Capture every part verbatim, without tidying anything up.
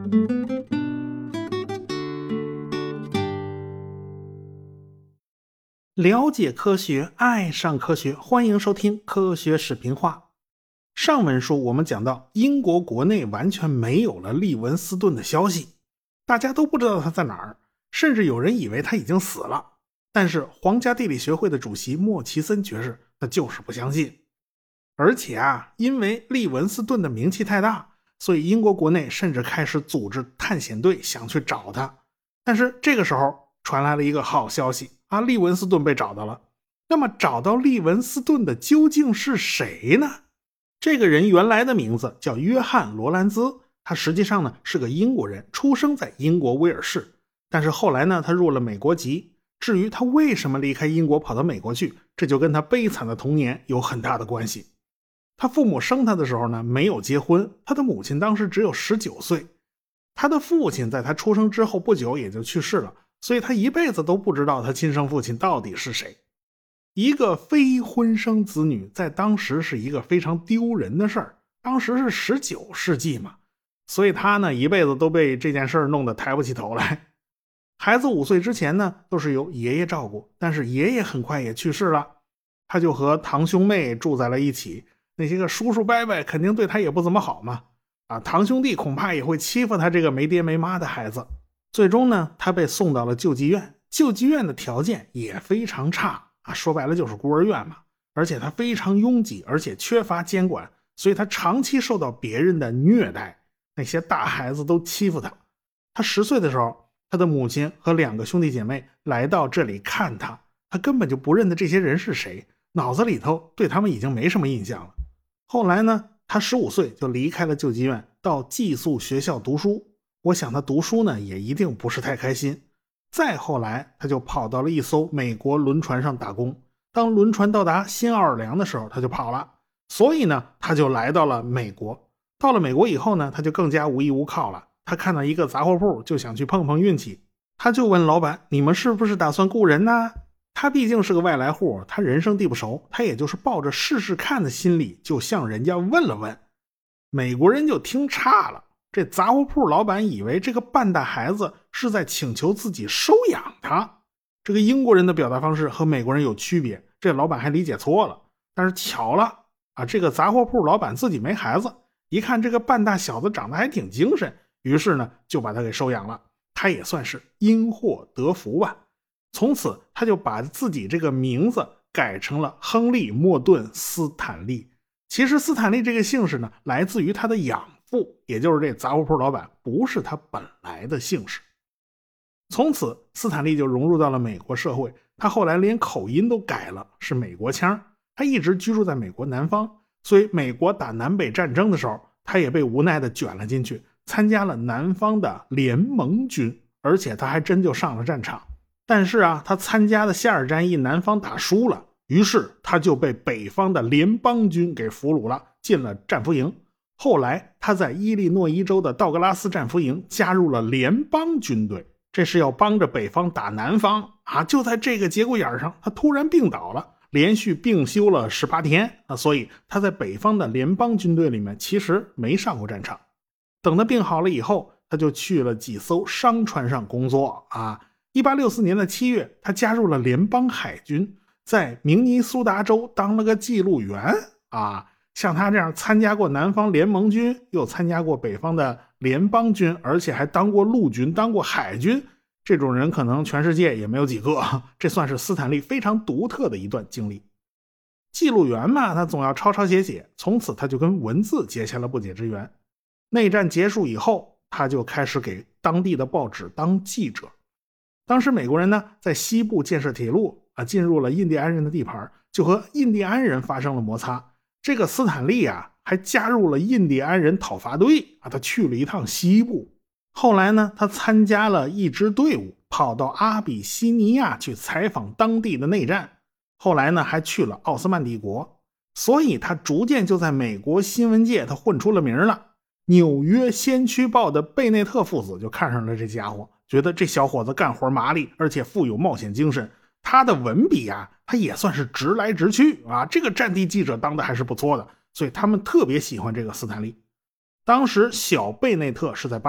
了解科学，爱上科学，欢迎收听科学视频化。上文书我们讲到，英国国内完全没有了利文斯顿的消息，大家都不知道他在哪儿，甚至有人以为他已经死了。但是皇家地理学会的主席莫奇森爵士那就是不相信。而且啊，因为利文斯顿的名气太大，所以英国国内甚至开始组织探险队想去找他。但是这个时候传来了一个好消息啊，利文斯顿被找到了。那么找到利文斯顿的究竟是谁呢？这个人原来的名字叫约翰·罗兰兹，他实际上呢是个英国人，出生在英国威尔士。但是后来呢，他入了美国籍。至于他为什么离开英国跑到美国去，这就跟他悲惨的童年有很大的关系。他父母生他的时候呢，没有结婚，他的母亲当时只有十九岁。他的父亲在他出生之后不久也就去世了，所以他一辈子都不知道他亲生父亲到底是谁。一个非婚生子女在当时是一个非常丢人的事儿，当时是十九世纪嘛，所以他呢一辈子都被这件事儿弄得抬不起头来。孩子五岁之前呢都是由爷爷照顾，但是爷爷很快也去世了，他就和堂兄妹住在了一起。那些个叔叔伯伯肯定对他也不怎么好嘛，啊，堂兄弟恐怕也会欺负他这个没爹没妈的孩子。最终呢，他被送到了救济院，救济院的条件也非常差啊，说白了就是孤儿院嘛。而且他非常拥挤，而且缺乏监管，所以他长期受到别人的虐待，那些大孩子都欺负他。他十岁的时候，他的母亲和两个兄弟姐妹来到这里看他，他根本就不认得这些人是谁，脑子里头对他们已经没什么印象了。后来呢，他十五岁就离开了救济院，到寄宿学校读书。我想他读书呢也一定不是太开心。再后来他就跑到了一艘美国轮船上打工，当轮船到达新奥尔良的时候他就跑了，所以呢他就来到了美国。到了美国以后呢，他就更加无依无靠了。他看到一个杂货铺就想去碰碰运气，他就问老板，你们是不是打算雇人呢？他毕竟是个外来户，他人生地不熟，他也就是抱着试试看的心理就向人家问了问。美国人就听差了，这杂货铺老板以为这个半大孩子是在请求自己收养他。这个英国人的表达方式和美国人有区别，这老板还理解错了。但是巧了啊，这个杂货铺老板自己没孩子，一看这个半大小子长得还挺精神，于是呢就把他给收养了。他也算是因祸得福吧。从此他就把自己这个名字改成了亨利·莫顿·斯坦利。其实斯坦利这个姓氏呢来自于他的养父，也就是这杂货铺老板，不是他本来的姓氏。从此斯坦利就融入到了美国社会，他后来连口音都改了，是美国腔。他一直居住在美国南方，所以美国打南北战争的时候，他也被无奈的卷了进去，参加了南方的联盟军，而且他还真就上了战场。但是啊，他参加的夏尔战役南方打输了，于是他就被北方的联邦军给俘虏了，进了战俘营。后来他在伊利诺伊州的道格拉斯战俘营加入了联邦军队，这是要帮着北方打南方啊！就在这个节骨眼上，他突然病倒了，连续病休了十八天啊！所以他在北方的联邦军队里面其实没上过战场。等他病好了以后，他就去了几艘商船上工作啊。一八六四年的七月，他加入了联邦海军，在明尼苏达州当了个记录员啊。像他这样参加过南方联盟军，又参加过北方的联邦军，而且还当过陆军，当过海军，这种人可能全世界也没有几个，这算是斯坦利非常独特的一段经历。记录员嘛，他总要抄抄写写，从此他就跟文字结下了不解之缘。内战结束以后，他就开始给当地的报纸当记者。当时美国人呢在西部建设铁路啊，进入了印第安人的地盘，就和印第安人发生了摩擦。这个斯坦利啊还加入了印第安人讨伐队啊，他去了一趟西部。后来呢，他参加了一支队伍，跑到阿比西尼亚去采访当地的内战。后来呢，还去了奥斯曼帝国。所以他逐渐就在美国新闻界他混出了名了。纽约先驱报的贝内特父子就看上了这家伙，觉得这小伙子干活麻利，而且富有冒险精神。他的文笔啊，他也算是直来直去啊，这个战地记者当的还是不错的，所以他们特别喜欢这个斯坦利。当时小贝内特是在巴黎，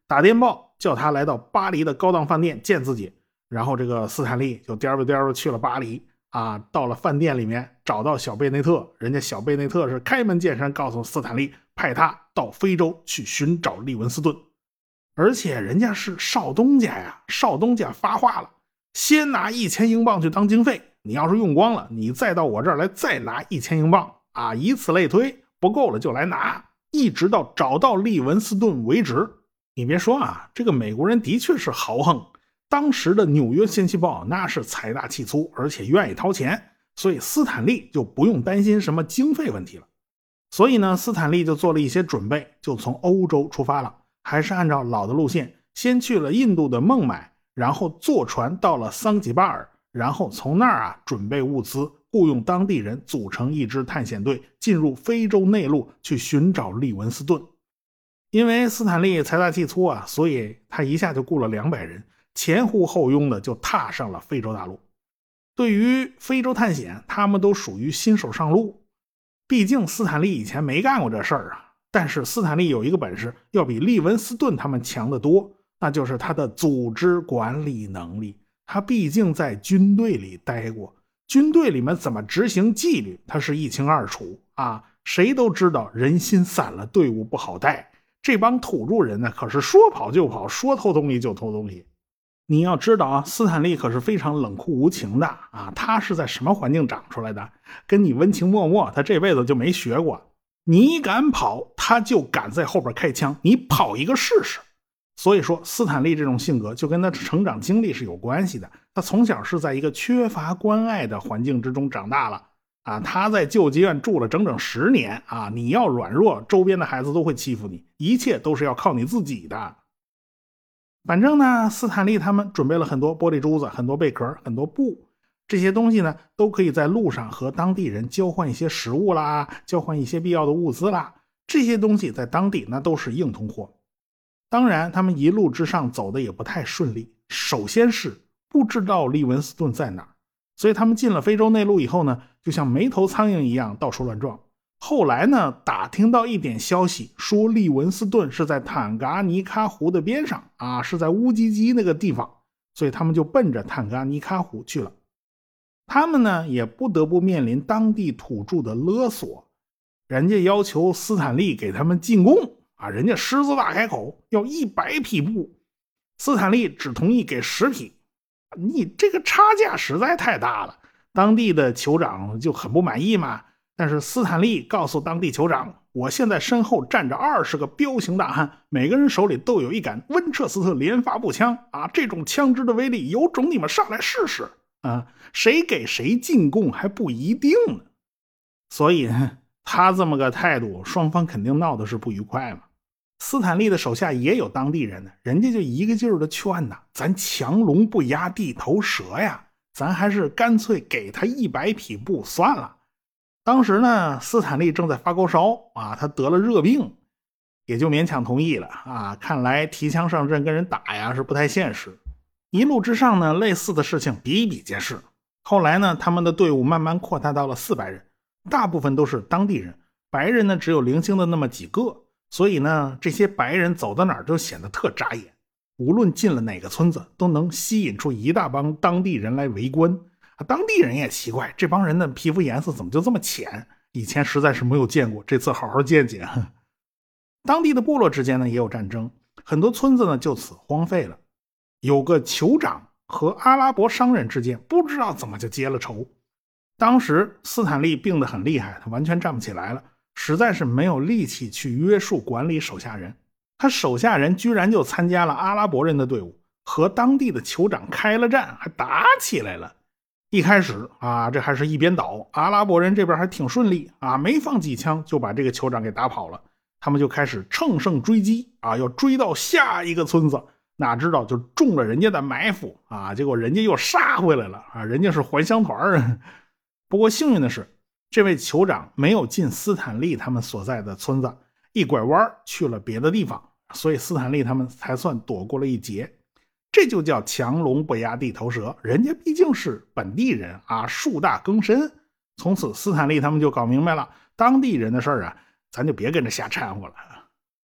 打电报叫他来到巴黎的高档饭店见自己。然后这个斯坦利就颠吧颠吧去了巴黎啊，到了饭店里面找到小贝内特，人家小贝内特是开门见山告诉斯坦利，派他到非洲去寻找利文斯顿。而且人家是少东家呀，少东家发话了，先拿一千英镑去当经费，你要是用光了，你再到我这儿来再拿一千英镑啊，以此类推，不够了就来拿，一直到找到利文斯顿为止。你别说啊，这个美国人的确是豪横。当时的纽约先驱报那是财大气粗，而且愿意掏钱，所以斯坦利就不用担心什么经费问题了。所以呢，斯坦利就做了一些准备，就从欧洲出发了，还是按照老的路线，先去了印度的孟买，然后坐船到了桑吉巴尔，然后从那儿啊准备物资，雇佣当地人组成一支探险队，进入非洲内陆去寻找利文斯顿。因为斯坦利财大气粗啊，所以他一下就雇了两百人，前呼后拥的就踏上了非洲大陆。对于非洲探险，他们都属于新手上路，毕竟斯坦利以前没干过这事儿啊。但是斯坦利有一个本事，要比利文斯顿他们强得多，那就是他的组织管理能力。他毕竟在军队里待过，军队里面怎么执行纪律，他是一清二楚啊。谁都知道人心散了，队伍不好带。这帮土著人呢，可是说跑就跑，说偷东西就偷东西。你要知道啊，斯坦利可是非常冷酷无情的啊！他是在什么环境长出来的？跟你温情脉脉，他这辈子就没学过。你敢跑，他就敢在后边开枪，你跑一个试试。所以说，斯坦利这种性格就跟他成长经历是有关系的。他从小是在一个缺乏关爱的环境之中长大了啊！他在救济院住了整整十年啊！你要软弱，周边的孩子都会欺负你，一切都是要靠你自己的。反正呢，斯坦利他们准备了很多玻璃珠子，很多贝壳，很多布，这些东西呢都可以在路上和当地人交换一些食物啦，交换一些必要的物资啦。这些东西在当地那都是硬通货。当然他们一路之上走的也不太顺利，首先是不知道利文斯顿在哪儿，所以他们进了非洲内陆以后呢，就像没头苍蝇一样到处乱撞。后来呢，打听到一点消息，说利文斯顿是在坦噶尼卡湖的边上啊，是在乌吉基那个地方，所以他们就奔着坦噶尼卡湖去了。他们呢也不得不面临当地土著的勒索，人家要求斯坦利给他们进贡啊，人家狮子大开口要一百匹布，斯坦利只同意给十匹，你这个差价实在太大了，当地的酋长就很不满意嘛。但是斯坦利告诉当地酋长，我现在身后站着二十个彪形大汉，每个人手里都有一杆温彻斯特连发步枪啊，这种枪支的威力有种你们上来试试啊，谁给谁进贡还不一定呢。所以他这么个态度，双方肯定闹的是不愉快嘛。斯坦利的手下也有当地人呢，人家就一个劲儿的劝呐，咱强龙不压地头蛇呀，咱还是干脆给他一百匹布算了。当时呢，斯坦利正在发高烧啊，他得了热病，也就勉强同意了啊。看来提枪上阵跟人打呀是不太现实。一路之上呢，类似的事情比比皆是。后来呢，他们的队伍慢慢扩大到了四百人，大部分都是当地人，白人呢只有零星的那么几个，所以呢，这些白人走到哪儿都显得特扎眼，无论进了哪个村子，都能吸引出一大帮当地人来围观。当地人也奇怪，这帮人的皮肤颜色怎么就这么浅？以前实在是没有见过，这次好好见见。当地的部落之间呢也有战争，很多村子呢就此荒废了。有个酋长和阿拉伯商人之间不知道怎么就结了仇。当时斯坦利病得很厉害，他完全站不起来了，实在是没有力气去约束管理手下人。他手下人居然就参加了阿拉伯人的队伍，和当地的酋长开了战，还打起来了。一开始啊，这还是一边倒，阿拉伯人这边还挺顺利啊，没放几枪就把这个酋长给打跑了。他们就开始乘胜追击啊，要追到下一个村子，哪知道就中了人家的埋伏啊，结果人家又杀回来了啊，人家是还乡团。不过幸运的是，这位酋长没有进斯坦利他们所在的村子，一拐弯去了别的地方，所以斯坦利他们才算躲过了一劫。这就叫强龙不压地头蛇，人家毕竟是本地人啊，树大更深。从此斯坦利他们就搞明白了，当地人的事儿啊，咱就别跟着瞎掺和了。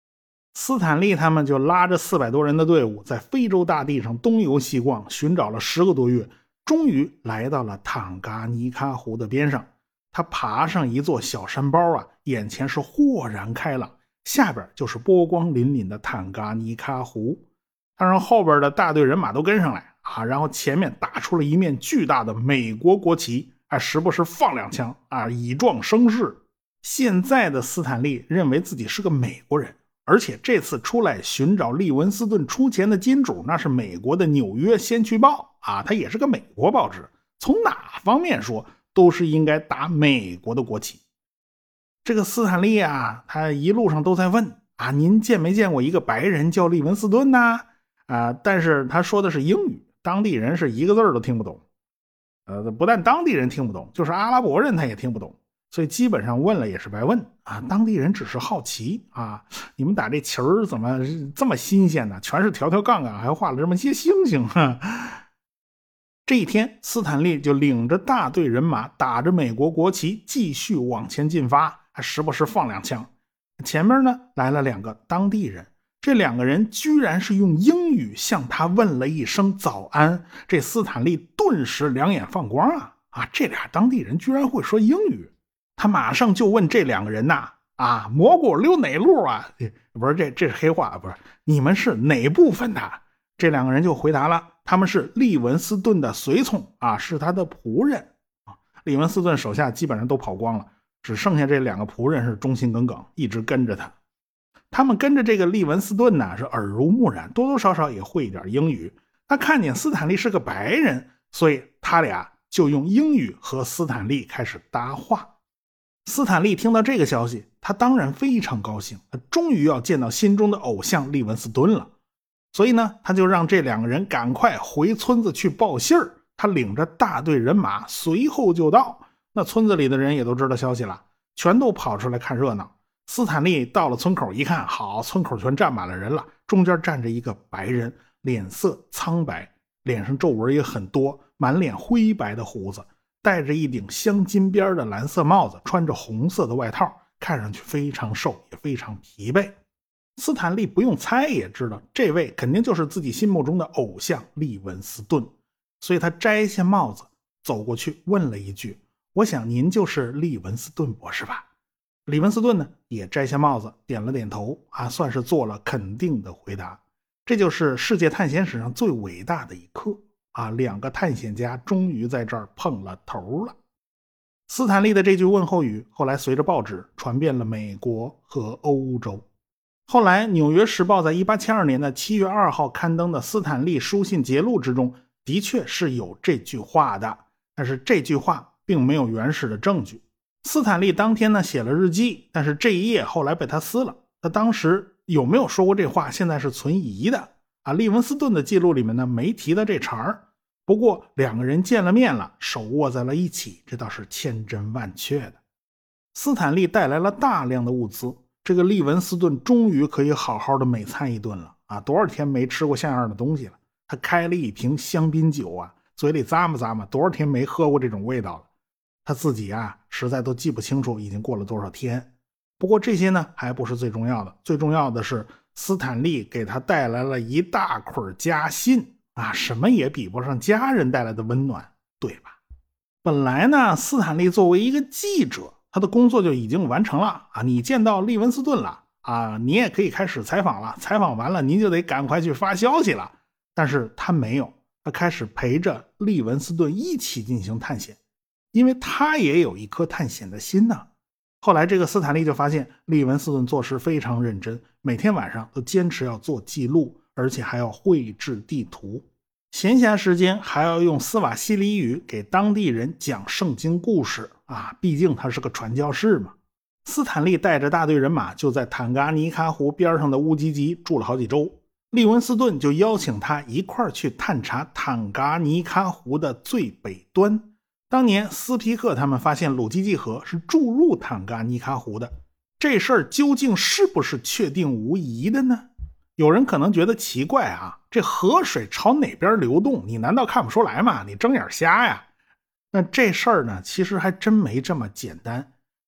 斯坦利他们就拉着四百多人的队伍，在非洲大地上东游西逛，寻找了十个多月，终于来到了坦噶尼卡湖的边上。他爬上一座小山包啊，眼前是豁然开朗，下边就是波光粼粼的坦噶尼卡湖。他让后边的大队人马都跟上来啊，然后前面打出了一面巨大的美国国旗，还时不时放两枪啊，以壮声势。现在的斯坦利认为自己是个美国人，而且这次出来寻找利文斯顿出钱的金主，那是美国的纽约先驱报啊，它也是个美国报纸，从哪方面说都是应该打美国的国旗。这个斯坦利啊，他一路上都在问啊，您见没见过一个白人叫利文斯顿呢？啊，但是他说的是英语，当地人是一个字都听不懂。呃，不但当地人听不懂，就是阿拉伯人他也听不懂，所以基本上问了也是白问啊。当地人只是好奇啊，你们打这旗儿怎么这么新鲜呢？全是条条杠杠，还画了这么些星星。哈。这一天，斯坦利就领着大队人马，打着美国国旗继续往前进发，还时不时放两枪。前面呢来了两个当地人，这两个人居然是用英语向他问了一声早安。这斯坦利顿时两眼放光啊！啊，这俩当地人居然会说英语。他马上就问这两个人呐，啊，蘑菇溜哪路啊？不是，这这是黑话，不是，你们是哪部分的？这两个人就回答了，他们是利文斯顿的随从啊，是他的仆人啊。利文斯顿手下基本上都跑光了，只剩下这两个仆人是忠心耿耿，一直跟着他。他们跟着这个利文斯顿呢，是耳濡目染，多多少少也会一点英语。他看见斯坦利是个白人，所以他俩就用英语和斯坦利开始搭话。斯坦利听到这个消息，他当然非常高兴，他终于要见到心中的偶像利文斯顿了。所以呢，他就让这两个人赶快回村子去报信儿。他领着大队人马随后就到，那村子里的人也都知道消息了，全都跑出来看热闹。斯坦利到了村口一看，好，村口全站满了人了，中间站着一个白人，脸色苍白，脸上皱纹也很多，满脸灰白的胡子，戴着一顶镶金边的蓝色帽子，穿着红色的外套，看上去非常瘦，也非常疲惫。斯坦利不用猜也知道，这位肯定就是自己心目中的偶像利文斯顿，所以他摘下帽子走过去问了一句，我想您就是利文斯顿博士吧？利文斯顿呢也摘下帽子点了点头啊，算是做了肯定的回答。这就是世界探险史上最伟大的一刻啊！两个探险家终于在这儿碰了头了。斯坦利的这句问候语后来随着报纸传遍了美国和欧洲。后来纽约时报在一八七二年的七月二号刊登的斯坦利书信节录之中的确是有这句话的，但是这句话并没有原始的证据。斯坦利当天呢写了日记，但是这一页后来被他撕了，他当时有没有说过这话现在是存疑的啊。利文斯顿的记录里面呢没提到这茬儿，不过两个人见了面了，手握在了一起，这倒是千真万确的。斯坦利带来了大量的物资，这个利文斯顿终于可以好好的美餐一顿了啊！多少天没吃过像样的东西了。他开了一瓶香槟酒啊，嘴里咂摸咂摸，多少天没喝过这种味道了。他自己啊实在都记不清楚已经过了多少天。不过这些呢还不是最重要的，最重要的是斯坦利给他带来了一大捆家信啊，什么也比不上家人带来的温暖，对吧？本来呢斯坦利作为一个记者，他的工作就已经完成了啊！你见到利文斯顿了啊，你也可以开始采访了，采访完了您就得赶快去发消息了。但是他没有，他开始陪着利文斯顿一起进行探险，因为他也有一颗探险的心呢。后来这个斯坦利就发现利文斯顿做事非常认真，每天晚上都坚持要做记录，而且还要绘制地图。闲暇时间还要用斯瓦希里语给当地人讲圣经故事啊，毕竟他是个传教士嘛。斯坦利带着大队人马就在坦噶尼卡湖边上的乌吉吉住了好几周，利文斯顿就邀请他一块去探查坦噶尼卡湖的最北端。当年斯皮克他们发现鲁基季河是注入坦噶尼卡湖的，这事儿究竟是不是确定无疑的呢？有人可能觉得奇怪啊，这河水朝哪边流动，你难道看不出来吗？你睁眼瞎呀？那这事儿呢，其实还真没这么简单。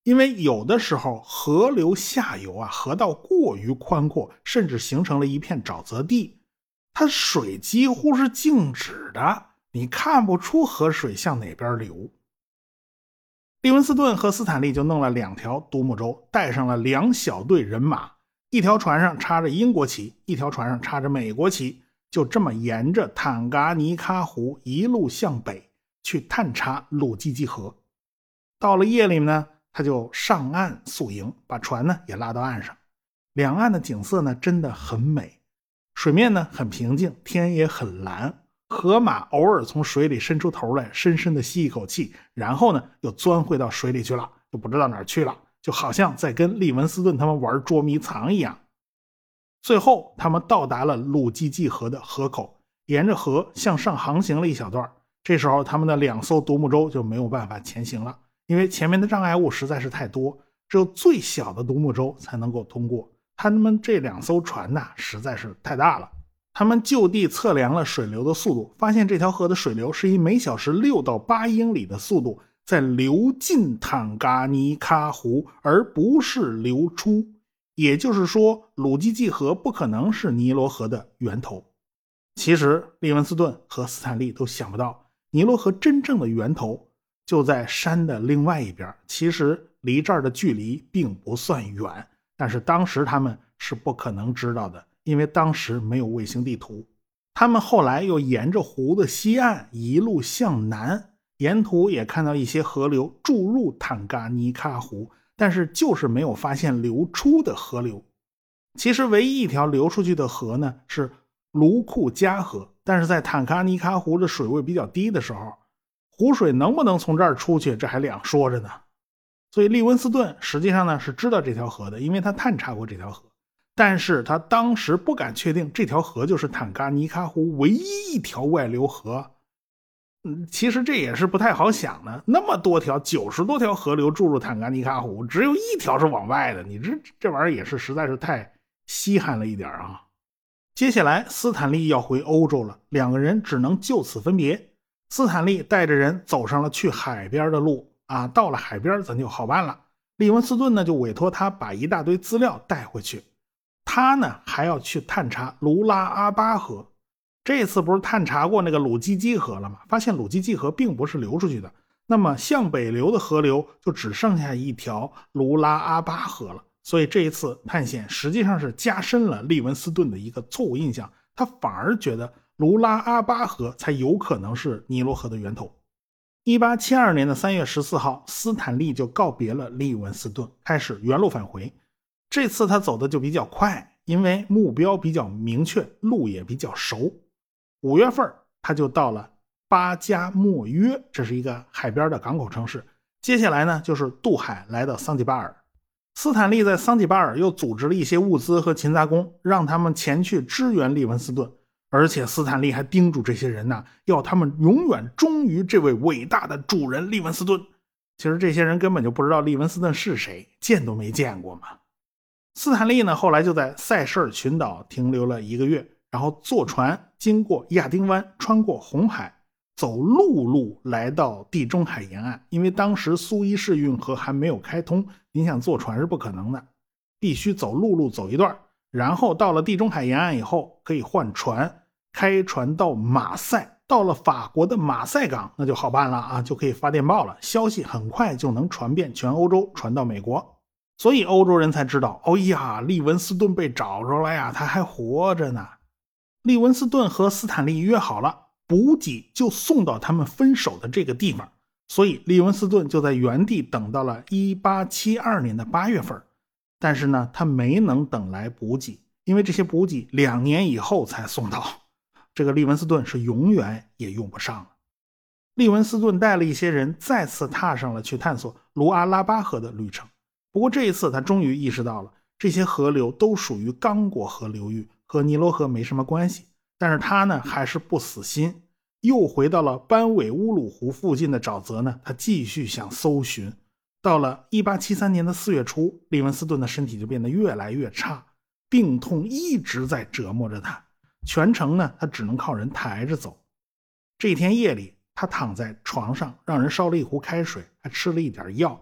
因为有的时候河流下游啊，河道过于宽阔，甚至形成了一片沼泽地，它水几乎是静止的，你看不出河水向哪边流。利文斯顿和斯坦利就弄了两条独木舟，带上了两小队人马，一条船上插着英国旗，一条船上插着美国旗，就这么沿着坦噶尼卡湖一路向北去探查鲁基基河。到了夜里呢，他就上岸宿营，把船呢也拉到岸上。两岸的景色呢真的很美，水面呢很平静，天也很蓝，河马偶尔从水里伸出头来，深深的吸一口气，然后呢又钻回到水里去了，就不知道哪儿去了，就好像在跟利文斯顿他们玩捉迷藏一样。最后他们到达了鲁基基河的河口，沿着河向上航行了一小段，这时候他们的两艘独木舟就没有办法前行了，因为前面的障碍物实在是太多，只有最小的独木舟才能够通过。他们这两艘船呐，实在是太大了。他们就地测量了水流的速度，发现这条河的水流是以每小时六到八英里的速度在流进坦噶尼卡湖，而不是流出。也就是说，鲁基基河不可能是尼罗河的源头。其实利文斯顿和斯坦利都想不到，尼罗河真正的源头就在山的另外一边，其实离这儿的距离并不算远，但是当时他们是不可能知道的，因为当时没有卫星地图。他们后来又沿着湖的西岸一路向南，沿途也看到一些河流注入坦噶尼卡湖，但是就是没有发现流出的河流。其实唯一一条流出去的河呢是卢库加河，但是在坦噶尼卡湖的水位比较低的时候，湖水能不能从这儿出去，这还两说着呢。所以利文斯顿实际上呢是知道这条河的，因为他探查过这条河，但是他当时不敢确定这条河就是坦噶尼卡湖唯一一条外流河。嗯，其实这也是不太好想的，那么多条九十多条河流注入坦噶尼卡湖，只有一条是往外的，你这这玩意儿也是实在是太稀罕了一点啊。接下来斯坦利要回欧洲了，两个人只能就此分别。斯坦利带着人走上了去海边的路啊，到了海边咱就好办了。利文斯顿呢就委托他把一大堆资料带回去，他呢还要去探查卢拉阿巴河。这次不是探查过那个鲁基基河了吗？发现鲁基基河并不是流出去的，那么向北流的河流就只剩下一条卢拉阿巴河了。所以这一次探险实际上是加深了利文斯顿的一个错误印象，他反而觉得卢拉阿巴河才有可能是尼罗河的源头。一八七二年的三月十四号，斯坦利就告别了利文斯顿，开始原路返回。这次他走的就比较快，因为目标比较明确，路也比较熟。五月份他就到了巴加莫约，这是一个海边的港口城市。接下来呢就是渡海来到桑吉巴尔。斯坦利在桑吉巴尔又组织了一些物资和勤杂工，让他们前去支援利文斯顿。而且斯坦利还叮嘱这些人呢，要他们永远忠于这位伟大的主人利文斯顿。其实这些人根本就不知道利文斯顿是谁，见都没见过嘛。斯坦利呢后来就在塞舌尔群岛停留了一个月，然后坐船经过亚丁湾，穿过红海，走陆路来到地中海沿岸。因为当时苏伊士运河还没有开通，你想坐船是不可能的，必须走陆路走一段，然后到了地中海沿岸以后可以换船，开船到马赛。到了法国的马赛港那就好办了啊，就可以发电报了，消息很快就能传遍全欧洲，传到美国。所以欧洲人才知道，哦呀，利文斯顿被找着了呀，他还活着呢。利文斯顿和斯坦利约好了，补给就送到他们分手的这个地方，所以利文斯顿就在原地等到了一八七二年的八月份。但是呢他没能等来补给，因为这些补给两年以后才送到，这个利文斯顿是永远也用不上了。利文斯顿带了一些人再次踏上了去探索卢阿拉巴河的旅程。不过这一次他终于意识到了，这些河流都属于刚果河流域，和尼罗河没什么关系。但是他呢还是不死心，又回到了班韦乌鲁湖附近的沼泽呢，他继续想搜寻。到了一八七三年的四月初，利文斯顿的身体就变得越来越差，病痛一直在折磨着他，全程呢他只能靠人抬着走。这天夜里他躺在床上，让人烧了一壶开水，还吃了一点药。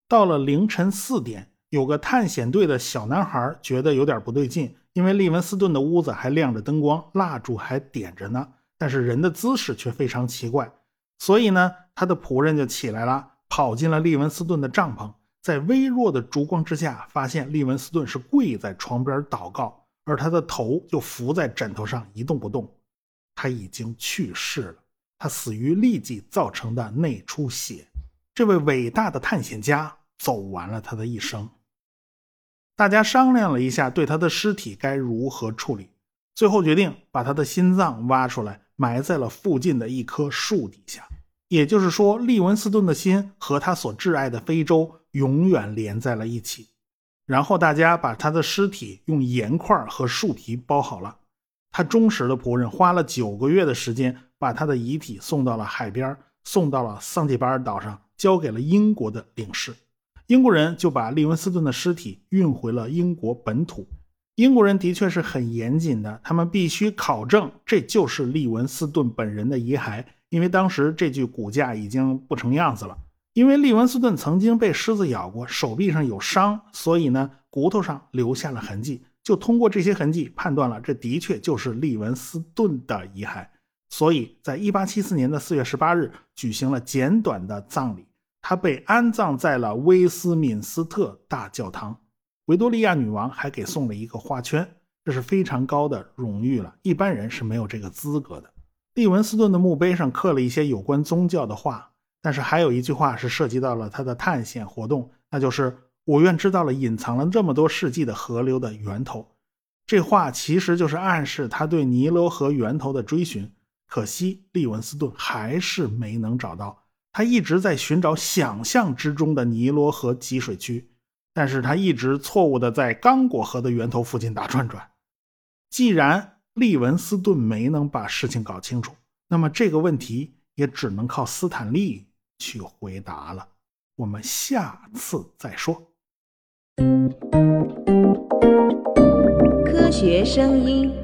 到了凌晨四点，有个探险队的小男孩觉得有点不对劲，因为利文斯顿的屋子还亮着灯光，蜡烛还点着呢，但是人的姿势却非常奇怪。所以呢，他的仆人就起来了，跑进了利文斯顿的帐篷，在微弱的烛光之下，发现利文斯顿是跪在床边祷告，而他的头就伏在枕头上一动不动。他已经去世了，他死于痢疾造成的内出血。这位伟大的探险家走完了他的一生。大家商量了一下对他的尸体该如何处理，最后决定把他的心脏挖出来，埋在了附近的一棵树底下。也就是说，利文斯顿的心和他所挚爱的非洲永远连在了一起。然后大家把他的尸体用盐块和树皮包好了。他忠实的仆人花了九个月的时间，把他的遗体送到了海边，送到了桑吉巴尔岛上，交给了英国的领事。英国人就把利文斯顿的尸体运回了英国本土。英国人的确是很严谨的，他们必须考证这就是利文斯顿本人的遗骸，因为当时这具骨架已经不成样子了。因为利文斯顿曾经被狮子咬过，手臂上有伤，所以呢，骨头上留下了痕迹，就通过这些痕迹判断了这的确就是利文斯顿的遗骸。所以在一八七四年的四月十八日举行了简短的葬礼，他被安葬在了威斯敏斯特大教堂。维多利亚女王还给送了一个花圈，这是非常高的荣誉了，一般人是没有这个资格的。利文斯顿的墓碑上刻了一些有关宗教的话，但是还有一句话是涉及到了他的探险活动，那就是我愿知道了隐藏了这么多世纪的河流的源头。这话其实就是暗示他对尼罗河源头的追寻，可惜利文斯顿还是没能找到，他一直在寻找想象之中的尼罗河集水区，但是他一直错误的在刚果河的源头附近打转转。既然利文斯顿没能把事情搞清楚，那么这个问题也只能靠斯坦利去回答了。我们下次再说。 科学声音